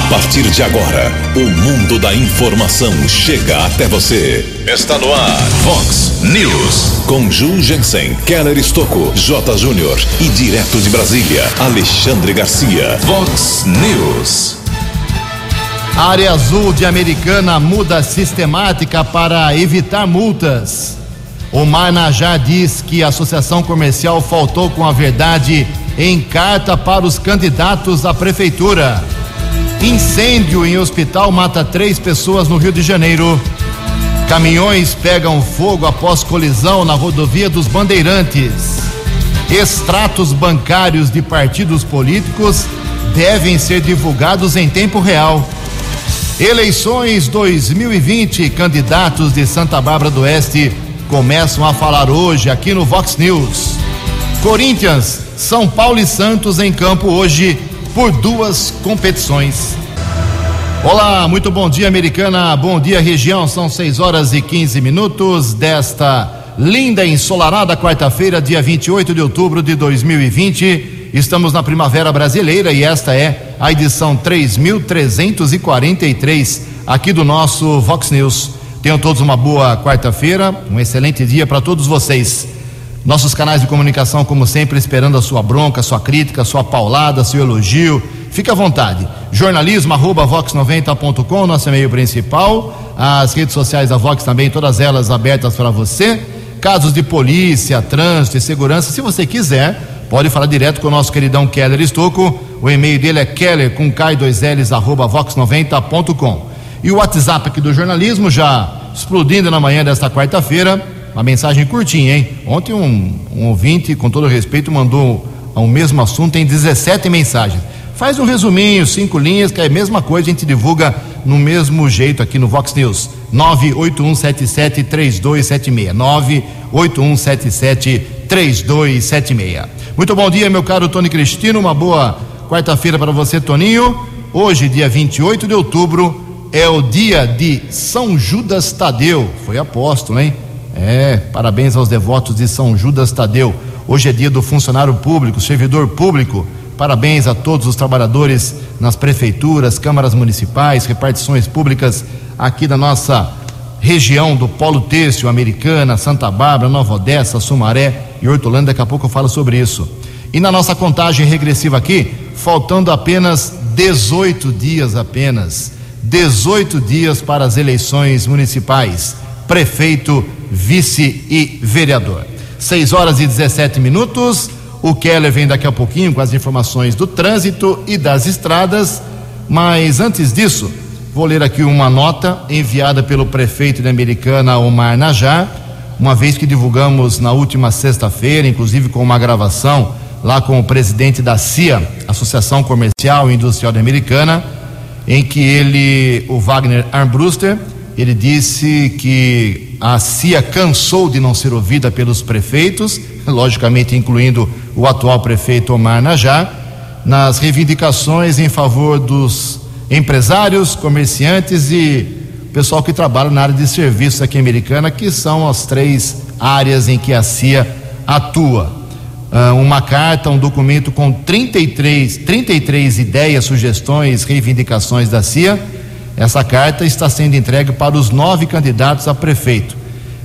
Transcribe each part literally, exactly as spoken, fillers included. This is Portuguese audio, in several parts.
A partir de agora, o mundo da informação chega até você. Está no ar, Vox News. Com Ju Jensen, Keller Estocco, J. Júnior e direto de Brasília, Alexandre Garcia. Vox News. A área azul de Americana muda sistemática para evitar multas. Omar Najjar diz que a associação comercial faltou com a verdade em carta para os candidatos à prefeitura. Incêndio em hospital mata três pessoas no Rio de Janeiro. Caminhões pegam fogo após colisão na rodovia dos Bandeirantes. Extratos bancários de partidos políticos devem ser divulgados em tempo real. Eleições dois mil e vinte, candidatos de Santa Bárbara do Oeste começam a falar hoje aqui no Vox News. Corinthians, São Paulo e Santos em campo hoje por duas competições. Olá, muito bom dia, Americana, bom dia, região. São seis horas e quinze minutos desta linda e ensolarada quarta-feira, dia vinte e oito de outubro de dois mil e vinte. Estamos na primavera brasileira e esta é a edição três mil trezentos e quarenta e três aqui do nosso Vox News. Tenham todos uma boa quarta-feira, um excelente dia para todos vocês. Nossos canais de comunicação, como sempre, esperando a sua bronca, a sua crítica, a sua paulada, seu elogio. Fique à vontade. Jornalismo arroba vox noventa ponto com, nosso e-mail principal. As redes sociais da Vox também, todas elas abertas para você. Casos de polícia, trânsito e segurança, se você quiser, pode falar direto com o nosso queridão Keller Estocco. O e-mail dele é keller com k e dois l's arroba vox noventa ponto com. E o WhatsApp aqui do jornalismo já explodindo na manhã desta quarta-feira. Uma mensagem curtinha, hein? Ontem um, um ouvinte, com todo respeito, mandou ao mesmo assunto em dezessete mensagens. Faz um resuminho, cinco linhas, que é a mesma coisa, a gente divulga no mesmo jeito aqui no Vox News. nove oito um sete sete três dois sete seis. nove oito um sete sete três dois sete seis. Muito bom dia, meu caro Tony Cristino. Uma boa quarta-feira para você, Toninho. Hoje, dia vinte e oito de outubro, é o dia de São Judas Tadeu. Foi apóstolo, hein? É, parabéns aos devotos de São Judas Tadeu. Hoje é dia do funcionário público, servidor público. Parabéns a todos os trabalhadores nas prefeituras, câmaras municipais, repartições públicas aqui da nossa região do Polo Têxtil, Americana, Santa Bárbara, Nova Odessa, Sumaré e Hortolândia. Daqui a pouco eu falo sobre isso. E na nossa contagem regressiva aqui, faltando apenas dezoito dias apenas. dezoito dias para as eleições municipais. Prefeito, vice e vereador. seis horas e dezessete minutos. O Keller vem daqui a pouquinho com as informações do trânsito e das estradas. Mas antes disso, vou ler aqui uma nota enviada pelo prefeito de Americana, Omar Najjar, uma vez que divulgamos na última sexta-feira, inclusive com uma gravação lá com o presidente da C I A, Associação Comercial e Industrial de Americana, em que ele, o Wagner Armbruster, ele disse que a C I A cansou de não ser ouvida pelos prefeitos, logicamente incluindo o atual prefeito Omar Najjar, nas reivindicações em favor dos empresários, comerciantes e pessoal que trabalha na área de serviços aqui em Americana, que são as três áreas em que a C I A atua. Uh, uma carta, um documento com trinta e três, trinta e três ideias, sugestões, reivindicações da C I A. Essa carta está sendo entregue para os nove candidatos a prefeito.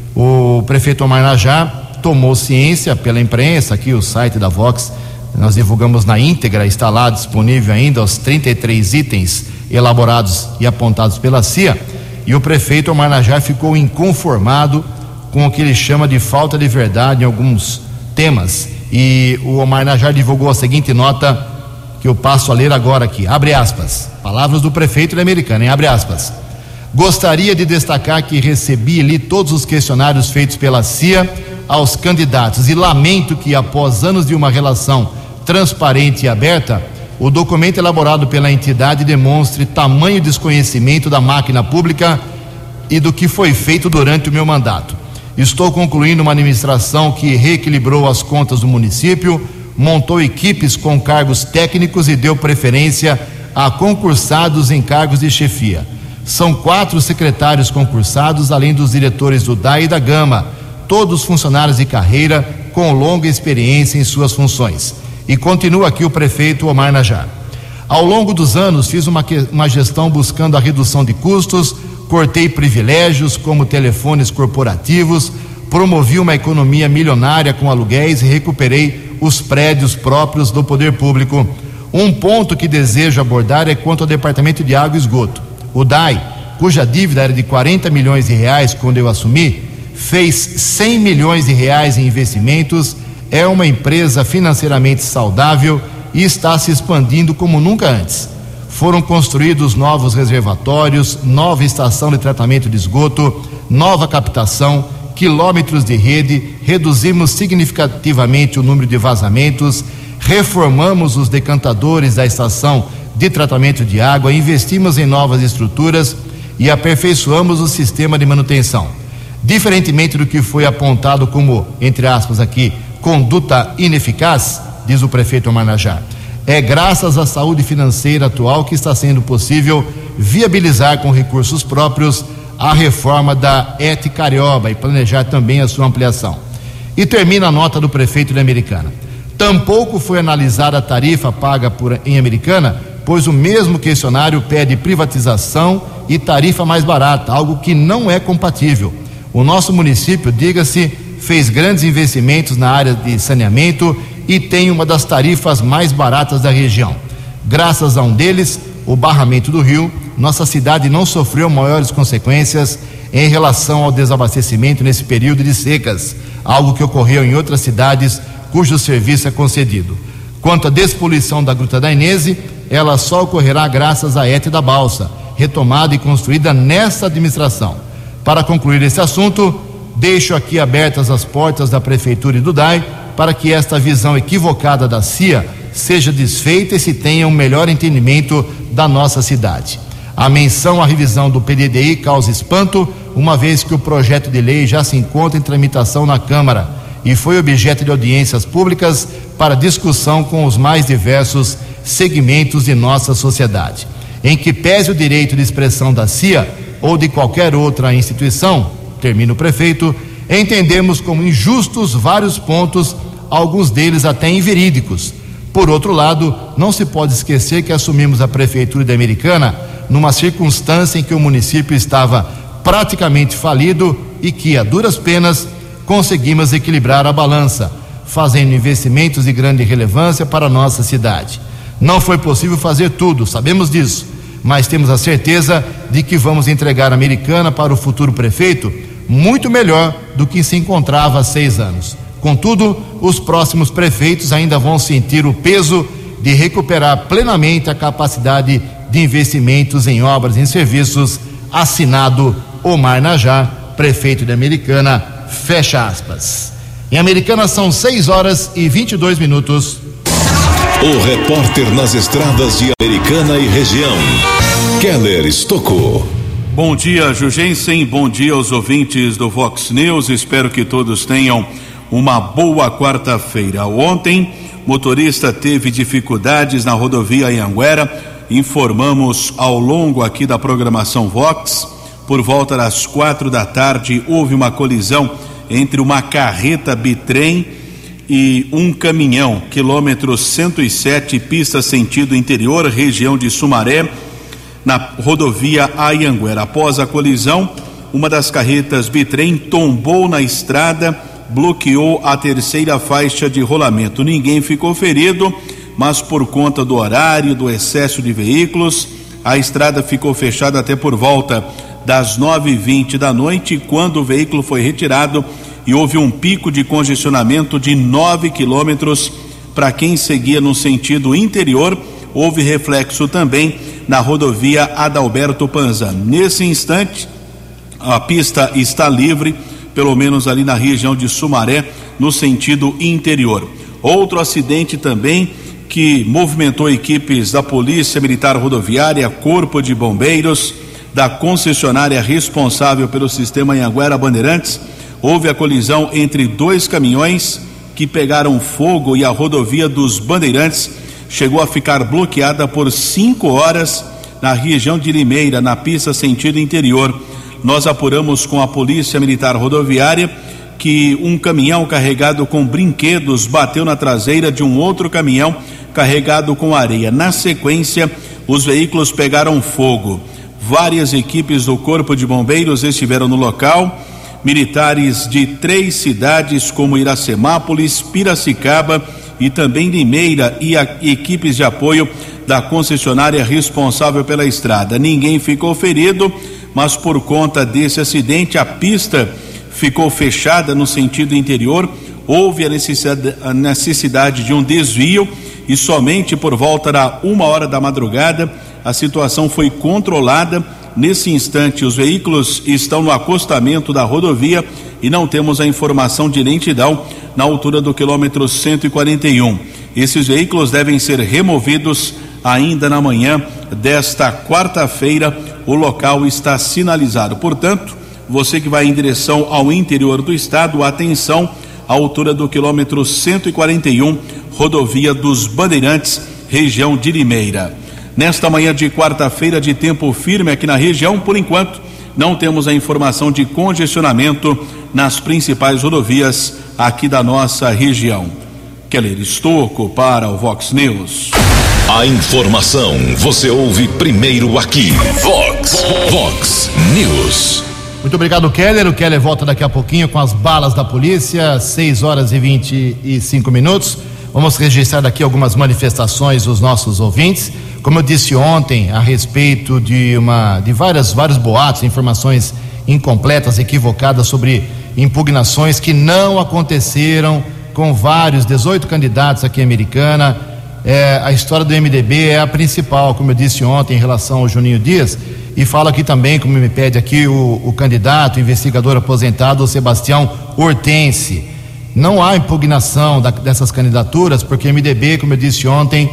O prefeito Omar Najjar tomou ciência pela imprensa, aqui o site da Vox, nós divulgamos na íntegra, está lá disponível ainda os trinta e três itens elaborados e apontados pela C I A, e o prefeito Omar Najjar ficou inconformado com o que ele chama de falta de verdade em alguns temas, e o Omar Najjar divulgou a seguinte nota, que eu passo a ler agora aqui, abre aspas, palavras do prefeito de Americana, hein? Abre aspas. Gostaria de destacar que recebi e li todos os questionários feitos pela C I A aos candidatos e lamento que, após anos de uma relação transparente e aberta, o documento elaborado pela entidade demonstre tamanho desconhecimento da máquina pública e do que foi feito durante o meu mandato. Estou concluindo uma administração que reequilibrou as contas do município, montou equipes com cargos técnicos e deu preferência a concursados em cargos de chefia. São quatro secretários concursados, além dos diretores do D A I e da Gama, todos funcionários de carreira com longa experiência em suas funções. E continua aqui o prefeito Omar Najjar. Ao longo dos anos, fiz uma, uma gestão buscando a redução de custos, cortei privilégios como telefones corporativos, promovi uma economia milionária com aluguéis e recuperei os prédios próprios do poder público. Um ponto que desejo abordar é quanto ao Departamento de Água e Esgoto. O D A I, cuja dívida era de quarenta milhões de reais quando eu assumi, fez cem milhões de reais em investimentos, é uma empresa financeiramente saudável e está se expandindo como nunca antes. Foram construídos novos reservatórios, nova estação de tratamento de esgoto, nova captação, quilômetros de rede, reduzimos significativamente o número de vazamentos, reformamos os decantadores da estação de tratamento de água, investimos em novas estruturas e aperfeiçoamos o sistema de manutenção. Diferentemente do que foi apontado como, entre aspas aqui, conduta ineficaz, diz o prefeito Omar Najá, é graças à saúde financeira atual que está sendo possível viabilizar com recursos próprios a reforma da E T Carioba e planejar também a sua ampliação. E termina a nota do prefeito de Americana. Tampouco foi analisada a tarifa paga por, em Americana, pois o mesmo questionário pede privatização e tarifa mais barata, algo que não é compatível. O nosso município, diga-se, fez grandes investimentos na área de saneamento e tem uma das tarifas mais baratas da região. Graças a um deles, o barramento do rio, nossa cidade não sofreu maiores consequências em relação ao desabastecimento nesse período de secas, algo que ocorreu em outras cidades cujo serviço é concedido. Quanto à despoluição da Gruta da Inese, ela só ocorrerá graças à E T da Balsa, retomada e construída nesta administração. Para concluir esse assunto, deixo aqui abertas as portas da Prefeitura e do D A I para que esta visão equivocada da C I A seja desfeita e se tenha um melhor entendimento da nossa cidade. A menção à revisão do P D D I causa espanto, uma vez que o projeto de lei já se encontra em tramitação na Câmara e foi objeto de audiências públicas para discussão com os mais diversos segmentos de nossa sociedade. Em que pese o direito de expressão da C I A ou de qualquer outra instituição, termina o prefeito, entendemos como injustos vários pontos, alguns deles até inverídicos. Por outro lado, não se pode esquecer que assumimos a Prefeitura de Americana numa circunstância em que o município estava praticamente falido e que, a duras penas, conseguimos equilibrar a balança, fazendo investimentos de grande relevância para a nossa cidade. Não foi possível fazer tudo, sabemos disso, mas temos a certeza de que vamos entregar a Americana para o futuro prefeito muito melhor do que se encontrava há seis anos. Contudo, os próximos prefeitos ainda vão sentir o peso de recuperar plenamente a capacidade de investimentos em obras e em serviços. Assinado Omar Najá, prefeito de Americana, fecha aspas. Em Americana são seis horas e vinte e dois minutos. O repórter nas estradas de Americana e região, Keller Estocou. Bom dia, Jugensen, bom dia aos ouvintes do Vox News, espero que todos tenham uma boa quarta-feira. Ontem, motorista teve dificuldades na rodovia Anhanguera, informamos ao longo aqui da programação Vox. Por volta das quatro da tarde, houve uma colisão entre uma carreta bitrem e um caminhão, quilômetro cento e sete, pista sentido interior, região de Sumaré, na rodovia Anhanguera. Após a colisão, uma das carretas bitrem tombou na estrada, bloqueou a terceira faixa de rolamento. Ninguém ficou ferido, mas por conta do horário, do excesso de veículos, a estrada ficou fechada até por volta das nove e vinte da noite, quando o veículo foi retirado e houve um pico de congestionamento de nove quilômetros para quem seguia no sentido interior. Houve reflexo também na rodovia Adalberto Panza. Nesse instante, a pista está livre, pelo menos ali na região de Sumaré, no sentido interior. Outro acidente também que movimentou equipes da Polícia Militar Rodoviária, Corpo de Bombeiros, da concessionária responsável pelo sistema Anhanguera Bandeirantes. Houve a colisão entre dois caminhões que pegaram fogo e a rodovia dos Bandeirantes chegou a ficar bloqueada por cinco horas na região de Limeira, na pista sentido interior. Nós apuramos com a Polícia Militar Rodoviária que um caminhão carregado com brinquedos bateu na traseira de um outro caminhão, carregado com areia. Na sequência, os veículos pegaram fogo. Várias equipes do Corpo de Bombeiros estiveram no local. Militares de três cidades como Iracemápolis, Piracicaba e também Limeira e a, equipes de apoio da concessionária responsável pela estrada. Ninguém ficou ferido, mas por conta desse acidente a pista ficou fechada no sentido interior. Houve a necessidade, a necessidade de um desvio e somente por volta da uma hora da madrugada a situação foi controlada. Nesse instante, os veículos estão no acostamento da rodovia e não temos a informação de lentidão na altura do quilômetro cento e quarenta e um. Esses veículos devem ser removidos ainda na manhã desta quarta-feira. O local está sinalizado. Portanto, você que vai em direção ao interior do estado, atenção, à altura do quilômetro cento e quarenta e um, rodovia dos Bandeirantes, região de Limeira. Nesta manhã de quarta-feira, de tempo firme aqui na região, por enquanto, não temos a informação de congestionamento nas principais rodovias aqui da nossa região. Keller Estocco para o Vox News. A informação você ouve primeiro aqui. Vox, Vox News. Muito obrigado, Keller. O Keller volta daqui a pouquinho com as balas da polícia, seis horas e vinte e cinco minutos. Vamos registrar daqui algumas manifestações dos nossos ouvintes. Como eu disse ontem, a respeito de uma, de várias, vários boatos, informações incompletas, equivocadas sobre impugnações que não aconteceram com vários, dezoito candidatos aqui em Americana. É, a história do M D B é a principal, como eu disse ontem, em relação ao Juninho Dias, e falo aqui também, como me pede aqui o, o candidato, o investigador aposentado, o Sebastião Hortense. Não há impugnação da, dessas candidaturas, porque o M D B, como eu disse ontem,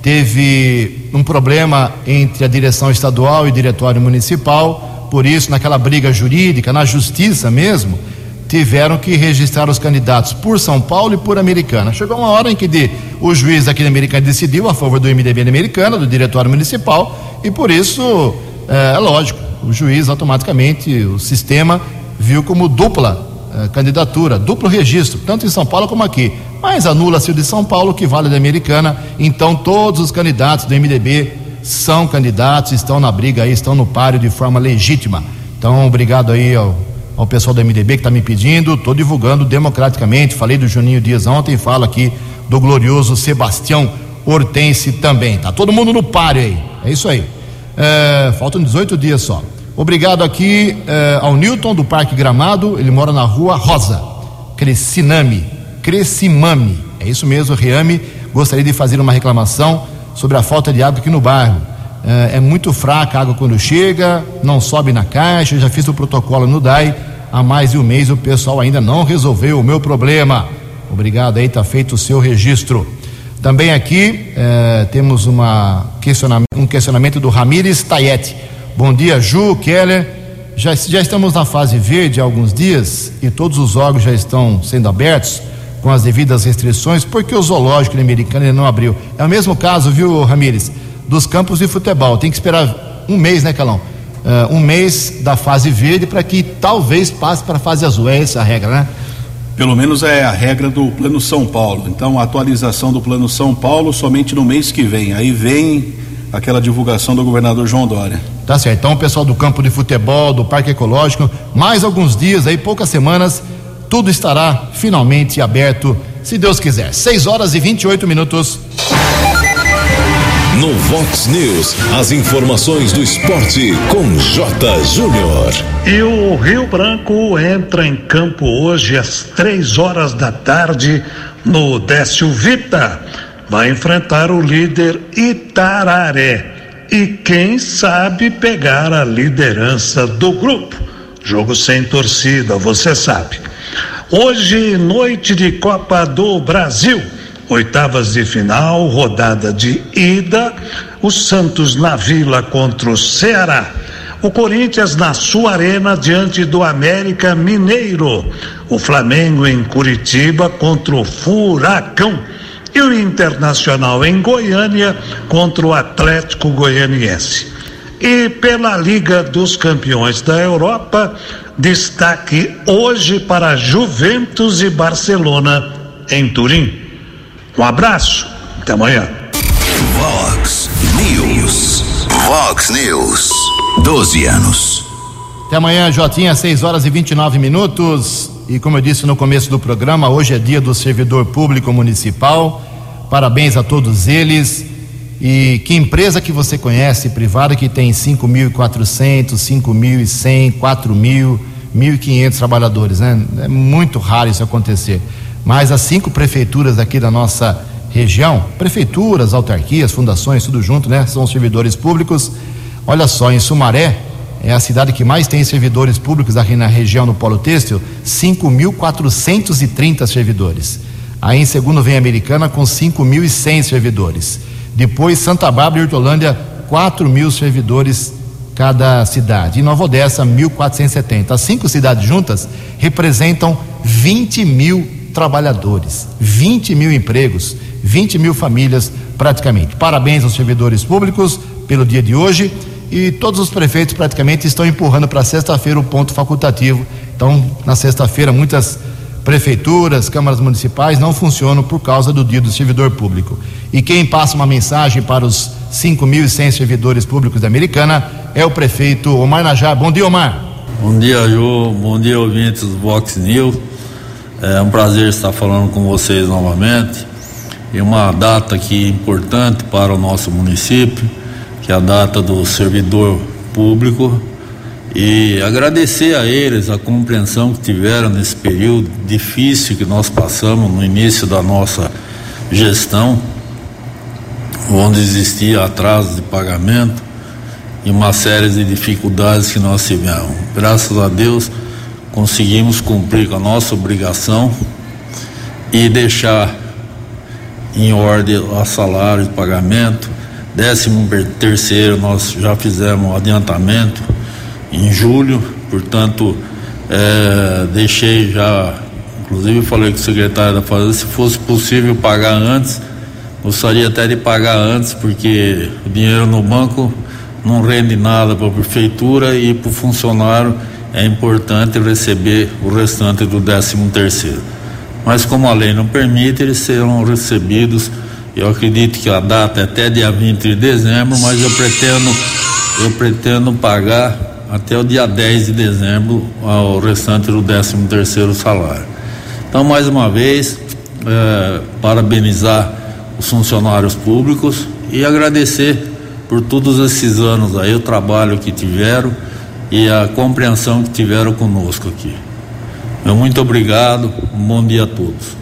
teve um problema entre a direção estadual e o diretório municipal. Por isso, naquela briga jurídica, na justiça mesmo, tiveram que registrar os candidatos por São Paulo e por Americana. Chegou uma hora em que de, o juiz aqui da Americana decidiu a favor do M D B da Americana, do diretório municipal, e por isso, é, é lógico, o juiz automaticamente, o sistema viu como dupla é, candidatura, duplo registro, tanto em São Paulo como aqui. Mas anula-se o de São Paulo, que vale da Americana. Então todos os candidatos do M D B são candidatos, estão na briga aí, estão no páreo de forma legítima. Então, obrigado aí ao, ao pessoal do M D B que está me pedindo. Estou divulgando democraticamente. Falei do Juninho Dias ontem, falo aqui do glorioso Sebastião Hortense também. Tá todo mundo no páreo aí, é isso aí. É, faltam dezoito dias só. Obrigado aqui é, ao Newton do Parque Gramado. Ele mora na rua Rosa Cresciname Crescimame, é isso mesmo, Riame. Gostaria de fazer uma reclamação sobre a falta de água aqui no bairro. É, é muito fraca a água quando chega, não sobe na caixa. Eu já fiz o protocolo no D A I há mais de um mês, o pessoal ainda não resolveu o meu problema. Obrigado aí, está feito o seu registro. Também aqui é, temos uma questionamento, um questionamento do Ramires Tayete. Bom dia, Ju, Keller. Já, já estamos na fase verde há alguns dias e todos os órgãos já estão sendo abertos com as devidas restrições, porque o zoológico americano ele não abriu. É o mesmo caso, viu, Ramires, dos campos de futebol. Tem que esperar um mês, né, Calão? Uh, um mês da fase verde para que talvez passe para a fase azul. É essa a regra, né? Pelo menos é a regra do Plano São Paulo. Então, a atualização do Plano São Paulo somente no mês que vem. Aí vem aquela divulgação do governador João Dória. Tá certo. Então, o pessoal do campo de futebol, do Parque Ecológico, mais alguns dias aí, poucas semanas, tudo estará finalmente aberto, se Deus quiser. seis horas e vinte e oito minutos. No Vox News, as informações do esporte com J. Júnior. E o Rio Branco entra em campo hoje às três horas da tarde no Décio Vita. Vai enfrentar o líder Itararé e quem sabe pegar a liderança do grupo. Jogo sem torcida, você sabe. Hoje, noite de Copa do Brasil, oitavas de final, rodada de ida, o Santos na Vila contra o Ceará, o Corinthians na sua arena diante do América Mineiro, o Flamengo em Curitiba contra o Furacão e o Internacional em Goiânia contra o Atlético Goianiense. E pela Liga dos Campeões da Europa, destaque hoje para Juventus e Barcelona em Turim. Um abraço, até amanhã. Vox News, doze anos. Até amanhã, Jotinha, seis horas e vinte e nove minutos. E como eu disse no começo do programa, hoje é dia do servidor público municipal. Parabéns a todos eles. E que empresa que você conhece, privada, que tem cinco mil e quatrocentos, cinco mil e cem, quatro mil, mil e quinhentos trabalhadores, né? É muito raro isso acontecer. Mas as cinco prefeituras aqui da nossa região, prefeituras, autarquias, fundações, tudo junto, né? São servidores públicos. Olha só, em Sumaré, é a cidade que mais tem servidores públicos aqui na região, no Polo Têxtil, cinco mil quatrocentos e trinta servidores. Aí em segundo vem a Americana com cinco mil e cem servidores. Depois Santa Bárbara e Hortolândia, quatro mil servidores cada cidade. E Nova Odessa, mil quatrocentos e setenta. As cinco cidades juntas representam vinte mil trabalhadores, vinte mil empregos, vinte mil famílias praticamente. Parabéns aos servidores públicos pelo dia de hoje. E todos os prefeitos praticamente estão empurrando para sexta-feira o ponto facultativo. Então, na sexta-feira, muitas prefeituras, câmaras municipais não funcionam por causa do dia do servidor público. E quem passa uma mensagem para os cinco mil e cem servidores públicos da Americana é o prefeito Omar Najar. Bom dia, Omar. Bom dia, Jô. Bom dia, ouvintes do Vox News. É um prazer estar falando com vocês novamente. É uma data aqui importante para o nosso município, que é a data do servidor público, e agradecer a eles a compreensão que tiveram nesse período difícil que nós passamos no início da nossa gestão, onde existia atraso de pagamento e uma série de dificuldades que nós tivemos. Graças a Deus conseguimos cumprir com a nossa obrigação e deixar em ordem o salário de pagamento. Décimo terceiro nós já fizemos um adiantamento em julho, portanto é, deixei já, inclusive falei com o secretário da Fazenda, se fosse possível pagar antes, gostaria até de pagar antes, porque o dinheiro no banco não rende nada para a prefeitura e para o funcionário é importante receber o restante do décimo terceiro. Mas como a lei não permite, eles serão recebidos. Eu acredito que a data é até dia vinte de dezembro, mas eu pretendo, eu pretendo pagar até o dia dez de dezembro o restante do décimo terceiro salário. Então, mais uma vez, é, parabenizar os funcionários públicos e agradecer por todos esses anos aí, o trabalho que tiveram e a compreensão que tiveram conosco aqui. Meu muito obrigado, um bom dia a todos.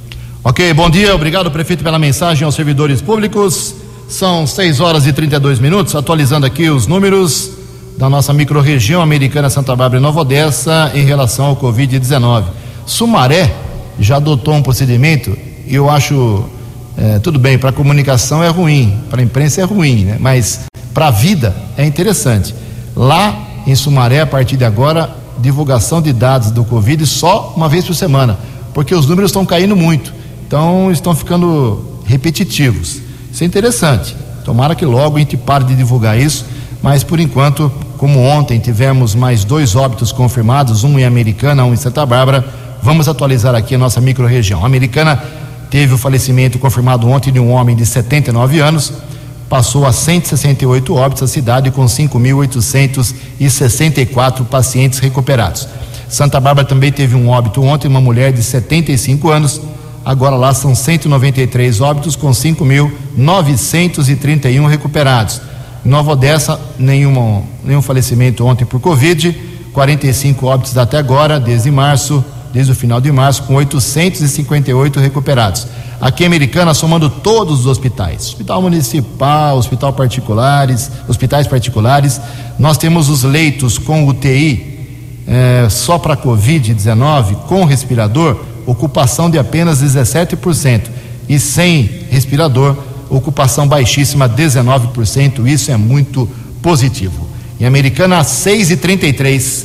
Ok, bom dia, obrigado, prefeito, pela mensagem aos servidores públicos. São seis horas e trinta e dois minutos, atualizando aqui os números da nossa microrregião Americana, Santa Bárbara e Nova Odessa em relação ao covid dezenove. Sumaré já adotou um procedimento, e eu acho, é, tudo bem, para a comunicação é ruim, para a imprensa é ruim, né? Mas para a vida é interessante. Lá em Sumaré, a partir de agora, divulgação de dados do Covid só uma vez por semana, porque os números estão caindo muito. Então estão ficando repetitivos. Isso é interessante. Tomara que logo a gente pare de divulgar isso, mas por enquanto, como ontem tivemos mais dois óbitos confirmados, um em Americana, um em Santa Bárbara, vamos atualizar aqui a nossa microrregião. A Americana teve o falecimento confirmado ontem de um homem de setenta e nove anos, passou a cento e sessenta e oito óbitos a cidade com cinco mil oitocentos e sessenta e quatro pacientes recuperados. Santa Bárbara também teve um óbito ontem, uma mulher de setenta e cinco anos. Agora lá são cento e noventa e três óbitos com cinco mil novecentos e trinta e um recuperados. Em Nova Odessa, nenhum, nenhum falecimento ontem por Covid, quarenta e cinco óbitos até agora, desde março, desde o final de março, com oitocentos e cinquenta e oito recuperados. Aqui em Americana, somando todos os hospitais, hospital municipal, hospital particulares, hospitais particulares, nós temos os leitos com U T I, é, só para covid dezenove, com respirador, ocupação de apenas dezessete por cento, e sem respirador, ocupação baixíssima, dezenove por cento. Isso é muito positivo. Em Americana, seis e trinta e três.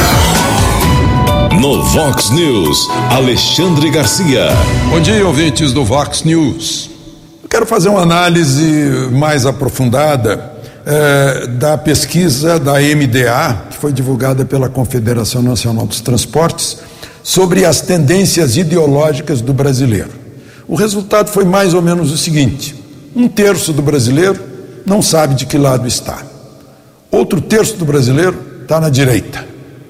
No Vox News, Alexandre Garcia. Bom dia, ouvintes do Vox News. Eu quero fazer uma análise mais aprofundada eh, da pesquisa da M D A, que foi divulgada pela Confederação Nacional dos Transportes, sobre as tendências ideológicas do brasileiro. O resultado foi mais ou menos o seguinte: um terço do brasileiro não sabe de que lado está. Outro terço do brasileiro está na direita.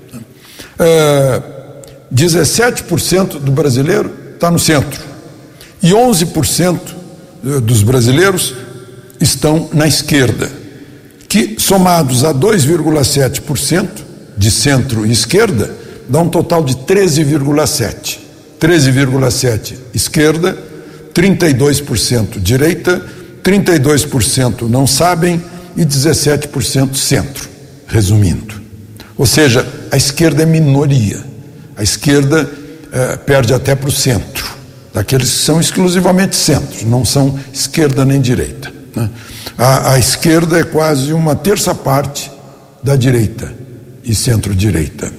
É, dezessete por cento do brasileiro está no centro. E onze por cento dos brasileiros estão na esquerda, que somados a dois vírgula sete por cento de centro e esquerda, dá um total de treze vírgula sete por cento. treze vírgula sete por cento esquerda, trinta e dois por cento direita, trinta e dois por cento não sabem e dezessete por cento centro, resumindo. Ou seja, a esquerda é minoria. A esquerda eh, perde até para o centro, daqueles que são exclusivamente centros, não são esquerda nem direita, né? A, a esquerda é quase uma terça parte da direita e centro-direita.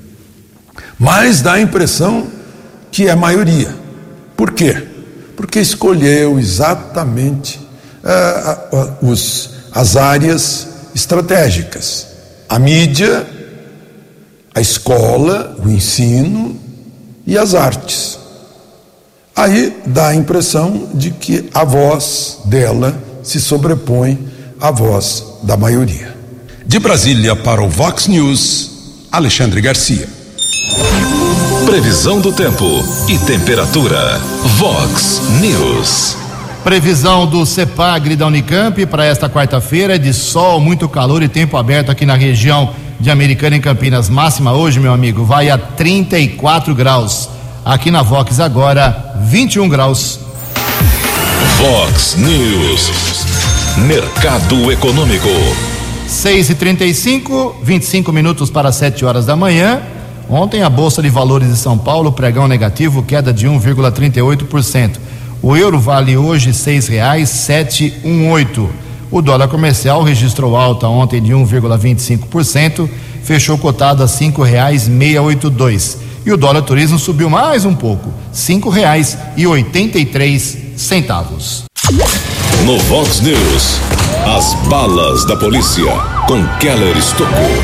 Mas dá a impressão que é maioria. Por quê? Porque escolheu exatamente uh, uh, os, as áreas estratégicas. A mídia, a escola, o ensino e as artes. Aí dá a impressão de que a voz dela se sobrepõe à voz da maioria. De Brasília para o Vox News, Alexandre Garcia. Previsão do tempo e temperatura. Vox News. Previsão do CEPAGRE da Unicamp para esta quarta-feira é de sol, muito calor e tempo aberto aqui na região de Americana, em Campinas. Máxima hoje, meu amigo, vai a trinta e quatro graus. Aqui na Vox agora, vinte e um graus. Vox News. Mercado Econômico. seis e trinta e cinco, vinte e cinco minutos para sete horas da manhã. Ontem a Bolsa de Valores de São Paulo, pregão negativo, queda de um vírgula trinta e oito por cento. O euro vale hoje seis reais setecentos e dezoito. O dólar comercial registrou alta ontem de um vírgula vinte e cinco por cento, fechou cotado a cinco reais seiscentos e oitenta e dois. E o dólar turismo subiu mais um pouco, cinco reais e oitenta e três centavos. No Vox News, as balas da polícia com Keller Estocou.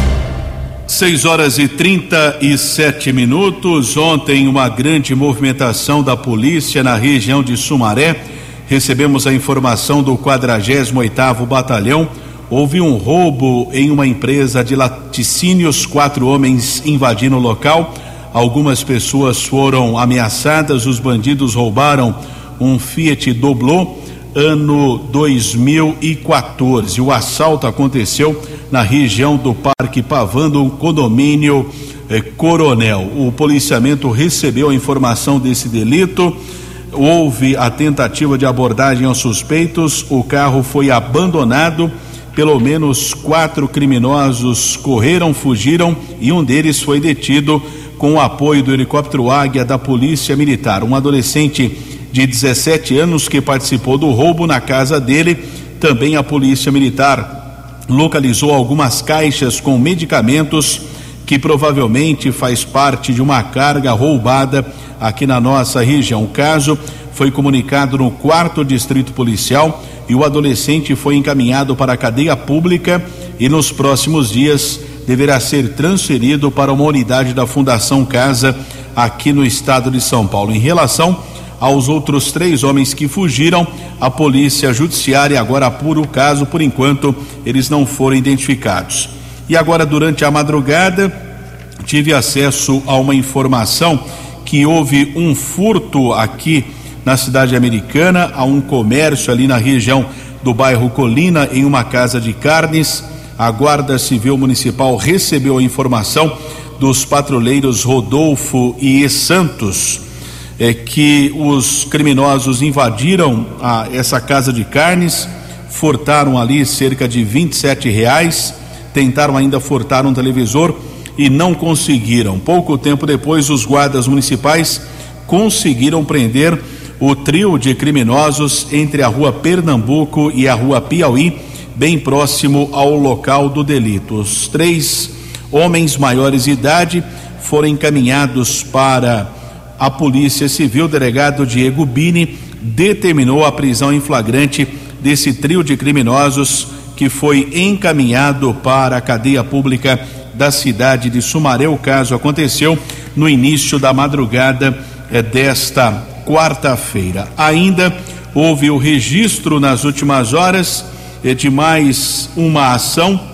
seis horas e trinta e sete minutos. Ontem, uma grande movimentação da polícia na região de Sumaré. Recebemos a informação do quadragésimo oitavo Batalhão. Houve um roubo em uma empresa de laticínios. Quatro homens invadiram o local. Algumas pessoas foram ameaçadas. Os bandidos roubaram um Fiat Doblô ano dois mil e quatorze. O assalto aconteceu na região do Parque Pavão, do condomínio eh, Coronel. O policiamento recebeu a informação desse delito. Houve a tentativa de abordagem aos suspeitos. O carro foi abandonado. Pelo menos quatro criminosos correram, fugiram e um deles foi detido com o apoio do helicóptero Águia da Polícia Militar. Um adolescente de dezessete anos que participou do roubo na casa dele. Também a Polícia Militar localizou algumas caixas com medicamentos que provavelmente faz parte de uma carga roubada aqui na nossa região. O caso foi comunicado no quarto distrito policial e o adolescente foi encaminhado para a cadeia pública e nos próximos dias deverá ser transferido para uma unidade da Fundação Casa aqui no estado de São Paulo. Em relação aos outros três homens que fugiram, a polícia judiciária agora apura o caso. Por enquanto, eles não foram identificados. E agora, durante a madrugada, tive acesso a uma informação que houve um furto aqui na cidade americana, a um comércio ali na região do bairro Colina, em uma casa de carnes. A Guarda Civil Municipal recebeu a informação dos patrulheiros Rodolfo e Santos, é que os criminosos invadiram a, essa casa de carnes, furtaram ali cerca de vinte e sete reais, tentaram ainda furtar um televisor e não conseguiram. Pouco tempo depois, os guardas municipais conseguiram prender o trio de criminosos entre a rua Pernambuco e a rua Piauí, bem próximo ao local do delito. Os três homens maiores de idade foram encaminhados para a Polícia Civil. O delegado Diego Bini determinou a prisão em flagrante desse trio de criminosos que foi encaminhado para a cadeia pública da cidade de Sumaré. O caso aconteceu no início da madrugada eh, desta quarta-feira. Ainda houve o registro nas últimas horas eh, de mais uma ação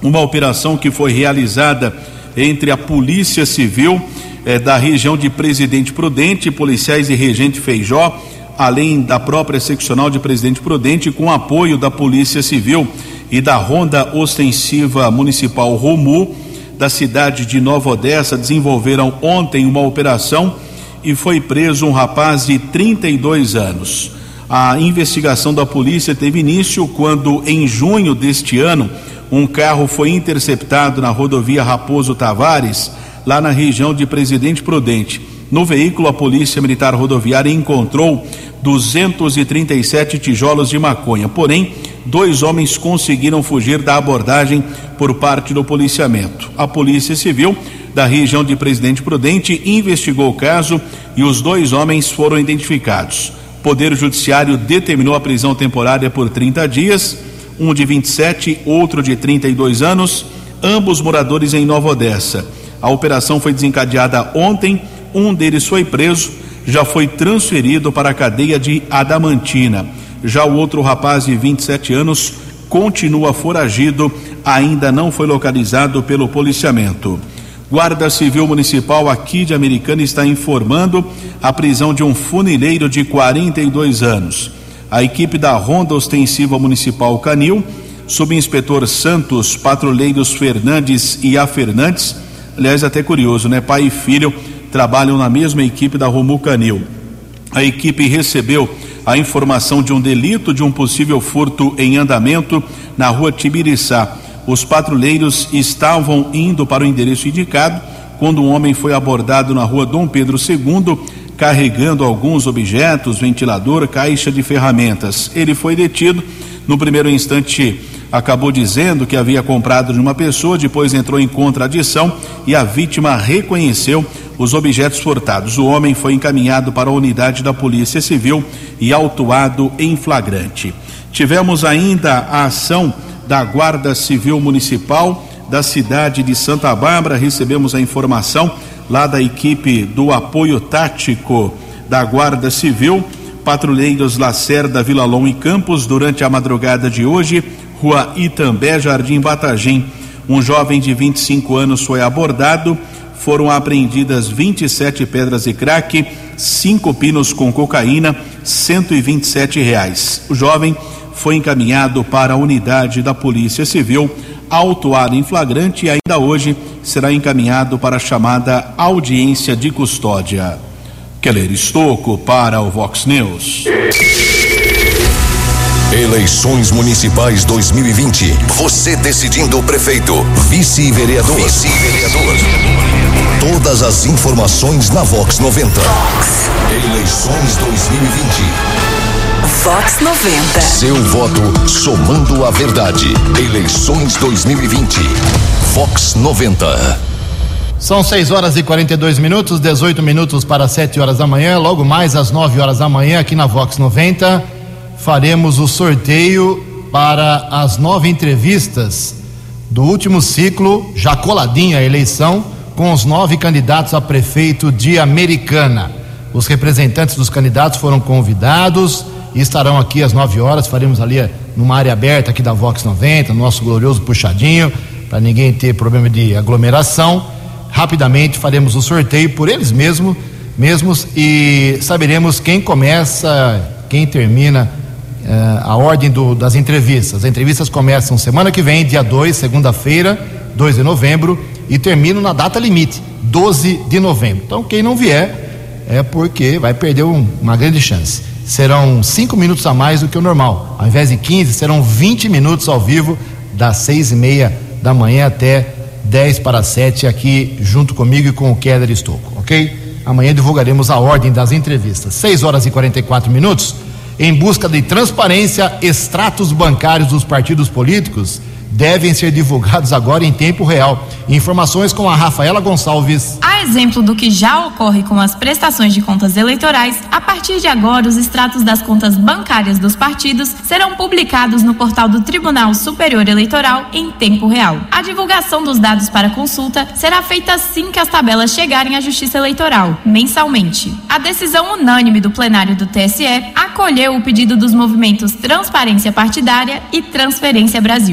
uma operação que foi realizada entre a Polícia Civil eh, da região de Presidente Prudente, policiais de Regente Feijó, além da própria seccional de Presidente Prudente, com apoio da Polícia Civil e da Ronda Ostensiva Municipal Romu, da cidade de Nova Odessa, desenvolveram ontem uma operação e foi preso um rapaz de trinta e dois anos. A investigação da polícia teve início quando, em junho deste ano, um carro foi interceptado na rodovia Raposo Tavares, lá na região de Presidente Prudente. No veículo, a Polícia Militar Rodoviária encontrou duzentos e trinta e sete tijolos de maconha. Porém, dois homens conseguiram fugir da abordagem por parte do policiamento. A Polícia Civil da região de Presidente Prudente investigou o caso e os dois homens foram identificados. O Poder Judiciário determinou a prisão temporária por trinta dias, um de vinte e sete, outro de trinta e dois anos, ambos moradores em Nova Odessa. A operação foi desencadeada ontem, um deles foi preso, já foi transferido para a cadeia de Adamantina. Já o outro rapaz de vinte e sete anos continua foragido, ainda não foi localizado pelo policiamento. Guarda Civil Municipal aqui de Americana está informando a prisão de um funileiro de quarenta e dois anos. A equipe da Ronda Ostensiva Municipal Canil, subinspetor Santos, patrulheiros Fernandes e A Fernandes, aliás, até curioso, né? Pai e filho trabalham na mesma equipe da Romu Canil. A equipe recebeu a informação de um delito de um possível furto em andamento na rua Tibiriçá. Os patrulheiros estavam indo para o endereço indicado quando um homem foi abordado na rua Dom Pedro segundo, carregando alguns objetos, ventilador, caixa de ferramentas. Ele foi detido. No primeiro instante, acabou dizendo que havia comprado de uma pessoa, depois entrou em contradição e a vítima reconheceu os objetos furtados. O homem foi encaminhado para a unidade da Polícia Civil e autuado em flagrante. Tivemos ainda a ação da Guarda Civil Municipal da cidade de Santa Bárbara. Recebemos a informação lá da equipe do apoio tático da Guarda Civil, patrulheiros Lacerda, Vilalon e Campos, durante a madrugada de hoje, Rua Itambé, Jardim Batagim. Um jovem de vinte e cinco anos foi abordado, foram apreendidas vinte e sete pedras de crack, cinco pinos com cocaína, cento e vinte e sete reais. O jovem foi encaminhado para a unidade da Polícia Civil, autuado em flagrante, e ainda hoje será encaminhado para a chamada audiência de custódia. Keller Estocco para o Vox News. Eleições Municipais dois mil e vinte. Você decidindo o prefeito, vice-vereador. Vice-vereador. Todas as informações na Vox noventa. Vox. Eleições dois mil e vinte. Vox noventa. Seu voto somando a verdade. Eleições dois mil e vinte. Vox noventa. São seis horas e quarenta e dois minutos, dezoito minutos para sete horas da manhã. Logo mais às nove horas da manhã, aqui na Vox noventa, faremos o sorteio para as nove entrevistas do último ciclo, já coladinha a eleição, com os nove candidatos a prefeito de Americana. Os representantes dos candidatos foram convidados e estarão aqui às nove horas. Faremos ali numa área aberta aqui da Vox noventa, no nosso glorioso puxadinho, para ninguém ter problema de aglomeração. Rapidamente faremos o sorteio por eles mesmos, mesmos e saberemos quem começa, quem termina uh, a ordem do, das entrevistas. As entrevistas começam semana que vem, dia dois, segunda-feira, dois de novembro, e terminam na data limite, doze de novembro. Então, quem não vier é porque vai perder um, uma grande chance. Serão cinco minutos a mais do que o normal. Ao invés de quinze, serão vinte minutos ao vivo, das seis e meia da manhã até dez para sete, aqui junto comigo e com o Keller Estocco, ok? Amanhã divulgaremos a ordem das entrevistas. seis horas e quarenta e quatro minutos. Em busca de transparência, extratos bancários dos partidos políticos devem ser divulgados agora em tempo real. Informações com a Rafaela Gonçalves. A exemplo do que já ocorre com as prestações de contas eleitorais, a partir de agora os extratos das contas bancárias dos partidos serão publicados no portal do Tribunal Superior Eleitoral em tempo real. A divulgação dos dados para consulta será feita assim que as tabelas chegarem à Justiça Eleitoral, mensalmente. A decisão unânime do plenário do T S E acolheu o pedido dos movimentos Transparência Partidária e Transferência Brasil. Segundo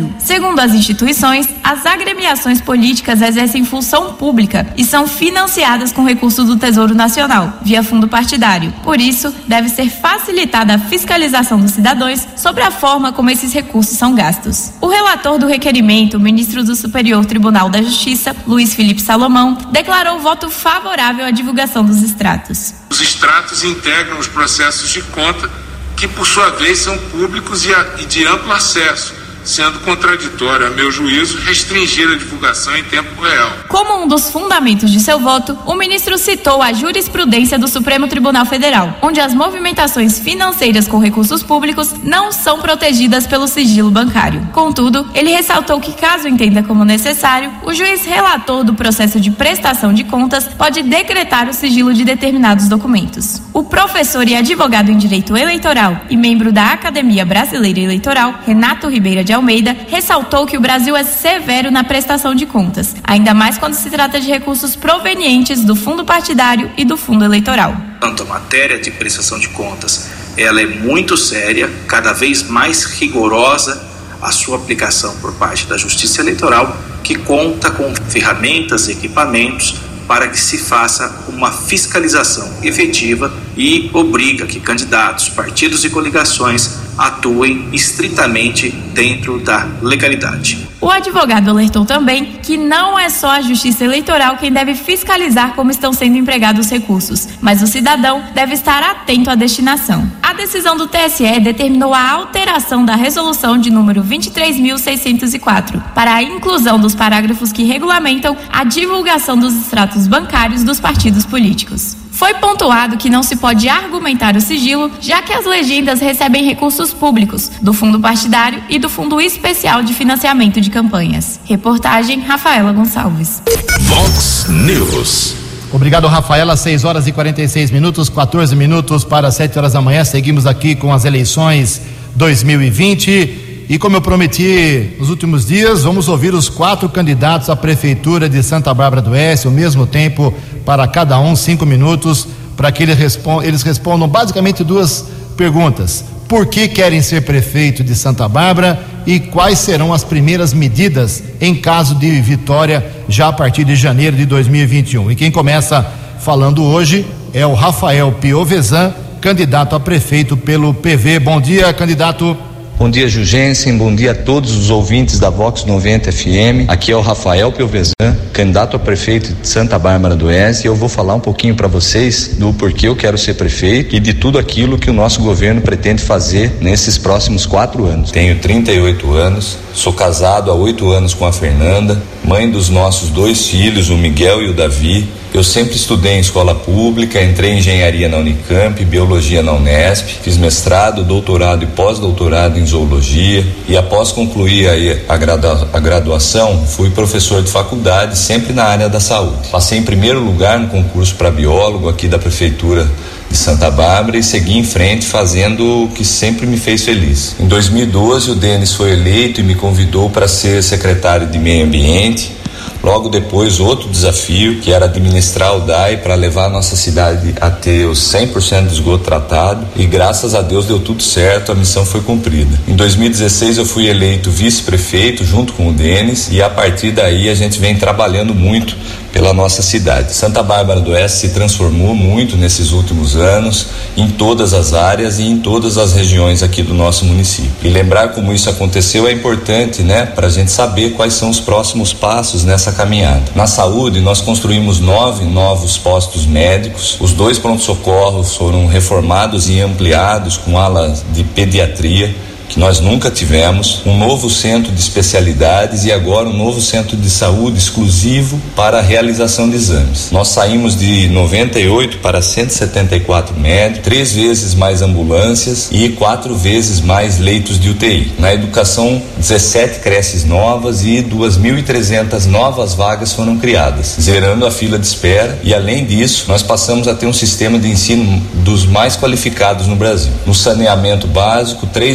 Segundo as instituições, as agremiações políticas exercem função pública e são financiadas com recursos do Tesouro Nacional, via fundo partidário. Por isso, deve ser facilitada a fiscalização dos cidadãos sobre a forma como esses recursos são gastos. O relator do requerimento, o ministro do Superior Tribunal da Justiça, Luiz Felipe Salomão, declarou voto favorável à divulgação dos extratos. Os extratos integram os processos de conta, que por sua vez são públicos e de amplo acesso, sendo contraditório, a meu juízo, restringir a divulgação em tempo real. Como um dos fundamentos de seu voto, o ministro citou a jurisprudência do Supremo Tribunal Federal, onde as movimentações financeiras com recursos públicos não são protegidas pelo sigilo bancário. Contudo, ele ressaltou que, caso entenda como necessário, o juiz relator do processo de prestação de contas pode decretar o sigilo de determinados documentos. O professor e advogado em Direito Eleitoral e membro da Academia Brasileira Eleitoral, Renato Ribeira de Almeida, ressaltou que o Brasil é severo na prestação de contas, ainda mais quando se trata de recursos provenientes do fundo partidário e do fundo eleitoral. Tanto a matéria de prestação de contas, ela é muito séria, cada vez mais rigorosa a sua aplicação por parte da Justiça Eleitoral, que conta com ferramentas e equipamentos para que se faça uma fiscalização efetiva e obriga que candidatos, partidos e coligações atuem estritamente dentro da legalidade. O advogado alertou também que não é só a Justiça Eleitoral quem deve fiscalizar como estão sendo empregados os recursos, mas o cidadão deve estar atento à destinação. A decisão do T S E determinou a alteração da resolução de número vinte e três mil seiscentos e quatro para a inclusão dos parágrafos que regulamentam a divulgação dos extratos bancários dos partidos políticos. Foi pontuado que não se pode argumentar o sigilo, já que as legendas recebem recursos públicos do fundo partidário e do fundo especial de financiamento de campanhas. Reportagem Rafaela Gonçalves. Vox News. Obrigado, Rafaela. seis horas e quarenta e seis minutos, quatorze minutos para sete horas da manhã. Seguimos aqui com as eleições dois mil e vinte. E como eu prometi nos últimos dias, vamos ouvir os quatro candidatos à Prefeitura de Santa Bárbara do Oeste, ao mesmo tempo, para cada um, cinco minutos, para que eles respondam, eles respondam basicamente duas perguntas. Por que querem ser prefeito de Santa Bárbara e quais serão as primeiras medidas em caso de vitória já a partir de janeiro de dois mil e vinte e um? E quem começa falando hoje é o Rafael Piovesan, candidato a prefeito pelo P V. Bom dia, candidato. Bom dia, Jugensen, bom dia a todos os ouvintes da Vox noventa F M. Aqui é o Rafael Piovesan, candidato a prefeito de Santa Bárbara do Oeste, e eu vou falar um pouquinho para vocês do porquê eu quero ser prefeito e de tudo aquilo que o nosso governo pretende fazer nesses próximos quatro anos. Tenho trinta e oito anos, sou casado há oito anos com a Fernanda, mãe dos nossos dois filhos, o Miguel e o Davi. Eu sempre estudei em escola pública, entrei em engenharia na Unicamp, biologia na Unesp, fiz mestrado, doutorado e pós-doutorado em zoologia, e após concluir aí a, gradua- a graduação, fui professor de faculdade, sempre na área da saúde. Passei em primeiro lugar no concurso para biólogo aqui da Prefeitura de Santa Bárbara e segui em frente fazendo o que sempre me fez feliz. Em dois mil e doze, o Denis foi eleito e me convidou para ser secretário de Meio Ambiente. Logo depois, outro desafio, que era administrar o D A I para levar a nossa cidade a ter os cem por cento de esgoto tratado, e graças a Deus deu tudo certo, a missão foi cumprida. Em dois mil e dezesseis eu fui eleito vice-prefeito junto com o Denis, e a partir daí a gente vem trabalhando muito pela nossa cidade. Santa Bárbara do Oeste se transformou muito nesses últimos anos, em todas as áreas e em todas as regiões aqui do nosso município. E lembrar como isso aconteceu é importante, né, para a gente saber quais são os próximos passos nessa caminhada. Na saúde, nós construímos nove novos postos médicos, os dois pronto-socorros foram reformados e ampliados com alas de pediatria, que nós nunca tivemos, um novo centro de especialidades e agora um novo centro de saúde exclusivo para a realização de exames. Nós saímos de noventa e oito para cento e setenta e quatro médicos, três vezes mais ambulâncias e quatro vezes mais leitos de U T I. Na educação, dezessete creches novas e duas mil e trezentas novas vagas foram criadas, zerando a fila de espera, e além disso, nós passamos a ter um sistema de ensino dos mais qualificados no Brasil. No saneamento básico, três novas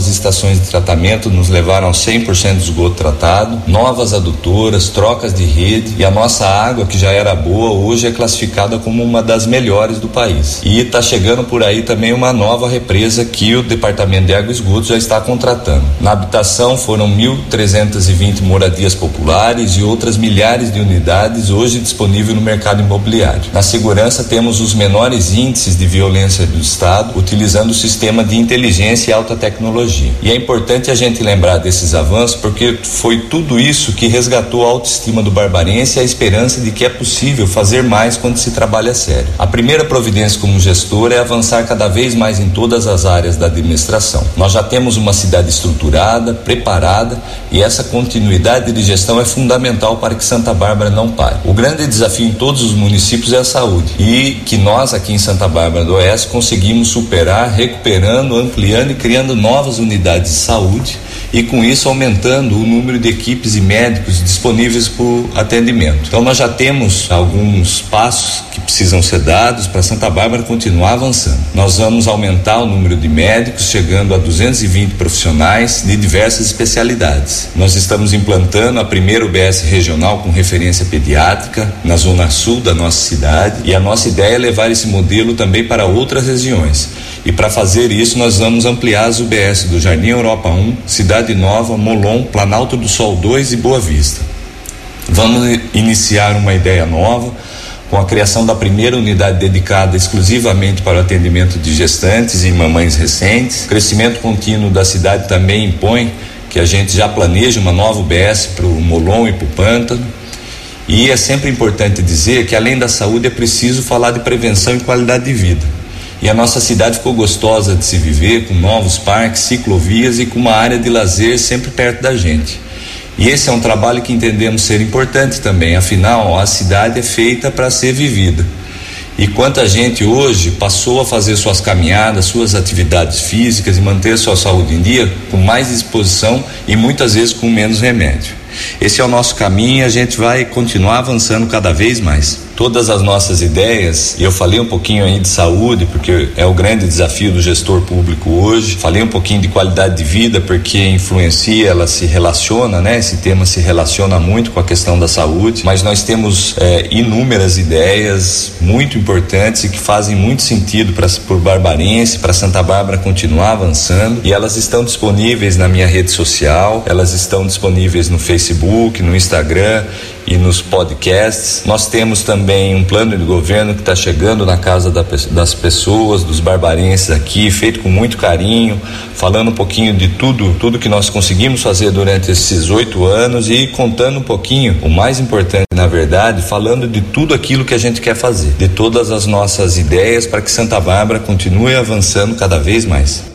novas estações de tratamento nos levaram a cem por cento de esgoto tratado, novas adutoras, trocas de rede, e a nossa água, que já era boa, hoje é classificada como uma das melhores do país. E está chegando por aí também uma nova represa que o Departamento de Água e Esgoto já está contratando. Na habitação foram mil trezentas e vinte moradias populares e outras milhares de unidades hoje disponíveis no mercado imobiliário. Na segurança temos os menores índices de violência do Estado, utilizando o sistema de inteligência e alta tecnologia. E é importante a gente lembrar desses avanços porque foi tudo isso que resgatou a autoestima do barbarense e a esperança de que é possível fazer mais quando se trabalha sério. A primeira providência como gestor é avançar cada vez mais em todas as áreas da administração. Nós já temos uma cidade estruturada, preparada, e essa continuidade de gestão é fundamental para que Santa Bárbara não pare. O grande desafio em todos os municípios é a saúde, e que nós aqui em Santa Bárbara do Oeste conseguimos superar, recuperando, ampliando e criando novas unidades de saúde, e com isso aumentando o número de equipes e médicos disponíveis para o atendimento. Então nós já temos alguns passos que precisam ser dados para Santa Bárbara continuar avançando. Nós vamos aumentar o número de médicos, chegando a duzentos e vinte profissionais de diversas especialidades. Nós estamos implantando a primeira U B S regional com referência pediátrica na zona sul da nossa cidade, e a nossa ideia é levar esse modelo também para outras regiões. E para fazer isso nós vamos ampliar as U B S do Jardim Europa um, Cidade Nova, Molon, Planalto do Sol dois e Boa Vista. Vamos iniciar uma ideia nova com a criação da primeira unidade dedicada exclusivamente para o atendimento de gestantes e mamães recentes. O crescimento contínuo da cidade também impõe que a gente já planeje uma nova U B S para o Molon e para o Pântano. E é sempre importante dizer que além da saúde é preciso falar de prevenção e qualidade de vida. E a nossa cidade ficou gostosa de se viver, com novos parques, ciclovias e com uma área de lazer sempre perto da gente. E esse é um trabalho que entendemos ser importante também, afinal a cidade é feita para ser vivida. E quanta gente hoje passou a fazer suas caminhadas, suas atividades físicas e manter sua saúde em dia com mais disposição e muitas vezes com menos remédio. Esse é o nosso caminho e a gente vai continuar avançando cada vez mais. Todas as nossas ideias, e eu falei um pouquinho aí de saúde, porque é o grande desafio do gestor público hoje. Falei um pouquinho de qualidade de vida, porque influencia, ela se relaciona, né? Esse tema se relaciona muito com a questão da saúde, mas nós temos é, inúmeras ideias muito importantes e que fazem muito sentido para o barbarense, para Santa Bárbara continuar avançando, e elas estão disponíveis na minha rede social, elas estão disponíveis no Facebook, no Instagram e nos podcasts. Nós temos também um plano de governo que está chegando na casa da, das pessoas, dos barbarenses aqui, feito com muito carinho, falando um pouquinho de tudo, tudo que nós conseguimos fazer durante esses oito anos e contando um pouquinho, o mais importante na verdade, falando de tudo aquilo que a gente quer fazer, de todas as nossas ideias para que Santa Bárbara continue avançando cada vez mais.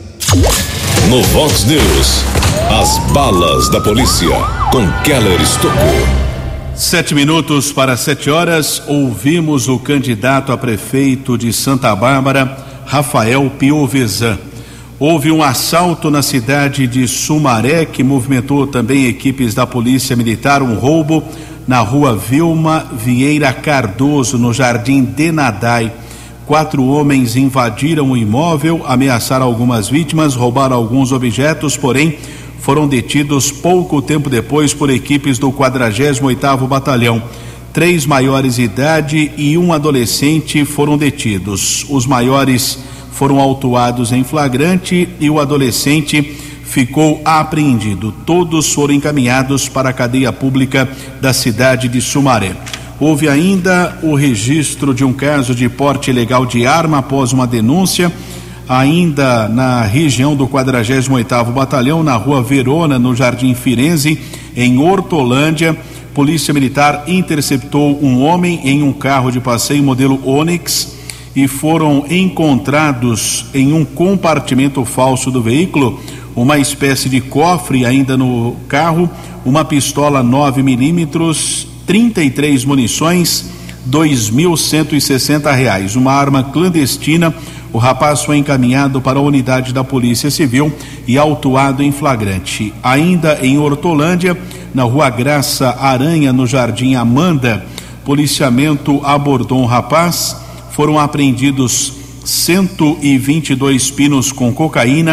No Vox News, as balas da polícia com Keller Estocou. Sete minutos para sete horas, ouvimos o candidato a prefeito de Santa Bárbara, Rafael Piovesan. Houve um assalto na cidade de Sumaré, que movimentou também equipes da Polícia Militar, um roubo na rua Vilma Vieira Cardoso, no Jardim Denadai. Quatro homens invadiram o imóvel, ameaçaram algumas vítimas, roubaram alguns objetos, porém foram detidos pouco tempo depois por equipes do quadragésimo oitavo Batalhão. Três maiores de idade e um adolescente foram detidos. Os maiores foram autuados em flagrante e o adolescente ficou apreendido. Todos foram encaminhados para a cadeia pública da cidade de Sumaré. Houve ainda o registro de um caso de porte ilegal de arma após uma denúncia, ainda na região do quadragésimo oitavo Batalhão, na rua Verona, no Jardim Firenze, em Hortolândia. Polícia Militar interceptou um homem em um carro de passeio modelo Onix e foram encontrados em um compartimento falso do veículo uma espécie de cofre ainda no carro, uma pistola nove milímetros, trinta e três munições, dois mil cento e sessenta reais, uma arma clandestina. O rapaz foi encaminhado para a unidade da Polícia Civil e autuado em flagrante. Ainda em Hortolândia, na rua Graça Aranha, no Jardim Amanda, policiamento abordou um rapaz. Foram apreendidos cento e vinte e dois pinos com cocaína,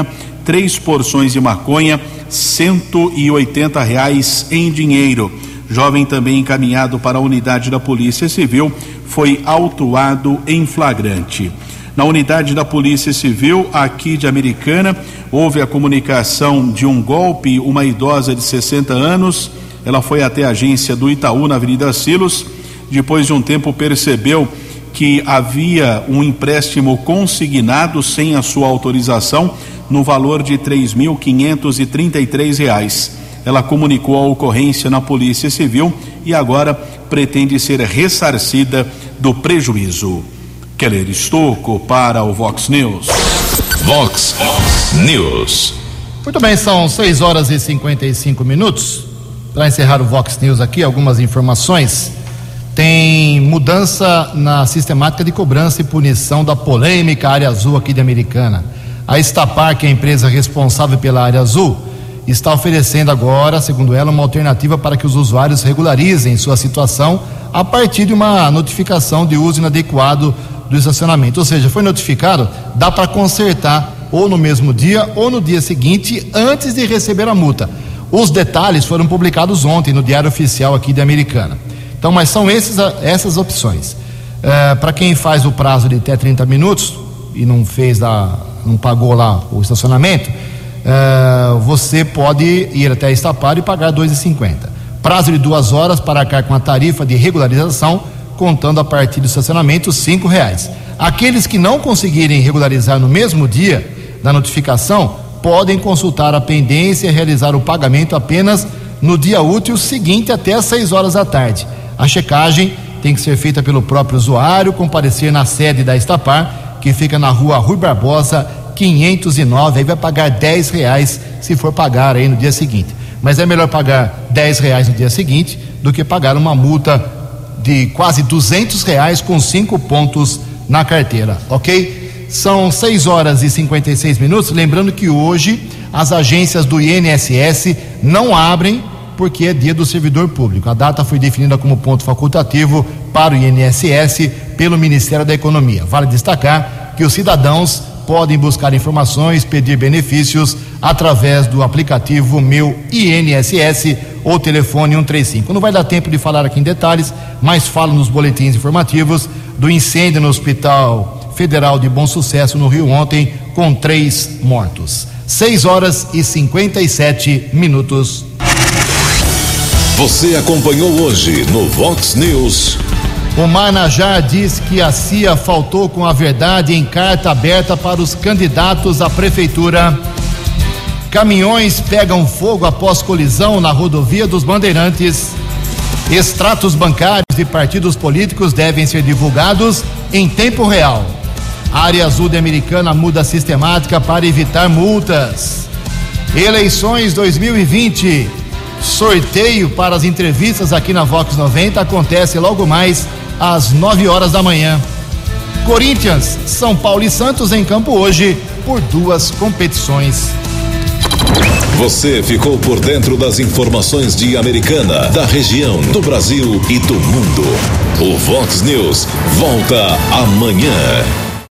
três porções de maconha, cento e oitenta reais em dinheiro. Jovem também encaminhado para a unidade da Polícia Civil foi autuado em flagrante. Na unidade da Polícia Civil aqui de Americana, houve a comunicação de um golpe. Uma idosa de sessenta anos, ela foi até a agência do Itaú na Avenida Silos. Depois de um tempo percebeu que havia um empréstimo consignado sem a sua autorização no valor de três mil quinhentos e trinta e três reais. Ela comunicou a ocorrência na Polícia Civil e agora pretende ser ressarcida do prejuízo. Keller Estocco para o Vox News. Vox News. Muito bem, são seis horas e cinquenta e cinco minutos. Para encerrar o Vox News aqui, algumas informações. Tem mudança na sistemática de cobrança e punição da polêmica Área Azul aqui de Americana. A Estapar, que é a empresa responsável pela Área Azul, está oferecendo agora, segundo ela, uma alternativa para que os usuários regularizem sua situação a partir de uma notificação de uso inadequado do estacionamento. Ou seja, foi notificado, dá para consertar ou no mesmo dia ou no dia seguinte, antes de receber a multa. Os detalhes foram publicados ontem no Diário Oficial aqui de Americana. Então, mas são esses, essas opções. É, para quem faz o prazo de até trinta minutos e não fez lá, não pagou lá o estacionamento, é, você pode ir até a Estapar e pagar dois reais e cinquenta centavos. Prazo de duas horas para arcar com a tarifa de regularização, contando a partir do estacionamento, cinco reais. Aqueles que não conseguirem regularizar no mesmo dia da notificação, podem consultar a pendência e realizar o pagamento apenas no dia útil seguinte até às seis horas da tarde. A checagem tem que ser feita pelo próprio usuário, comparecer na sede da Estapar, que fica na rua Rui Barbosa, quinhentos e nove, aí vai pagar dez reais se for pagar aí no dia seguinte. Mas é melhor pagar dez reais no dia seguinte do que pagar uma multa de quase duzentos reais com cinco pontos na carteira, ok? São seis horas e cinquenta e seis minutos. Lembrando que hoje as agências do I N S S não abrem porque é dia do servidor público. A data foi definida como ponto facultativo para o I N S S pelo Ministério da Economia. Vale destacar que os cidadãos podem buscar informações, pedir benefícios através do aplicativo Meu I N S S ou telefone um três cinco. Não vai dar tempo de falar aqui em detalhes, mas falo nos boletins informativos do incêndio no Hospital Federal de Bom Sucesso no Rio ontem, com três mortos. seis horas e cinquenta e sete minutos. Você acompanhou hoje no Vox News. O Marnajá diz que a C I A faltou com a verdade em carta aberta para os candidatos à prefeitura. Caminhões pegam fogo após colisão na rodovia dos Bandeirantes. Extratos bancários de partidos políticos devem ser divulgados em tempo real. A Área Azul de Americana muda a sistemática para evitar multas. Eleições dois mil e vinte. Sorteio para as entrevistas aqui na Vox noventa acontece logo mais às nove horas da manhã. Corinthians, São Paulo e Santos em campo hoje por duas competições. Você ficou por dentro das informações de Americana, da região, do Brasil e do mundo. O Vox News volta amanhã.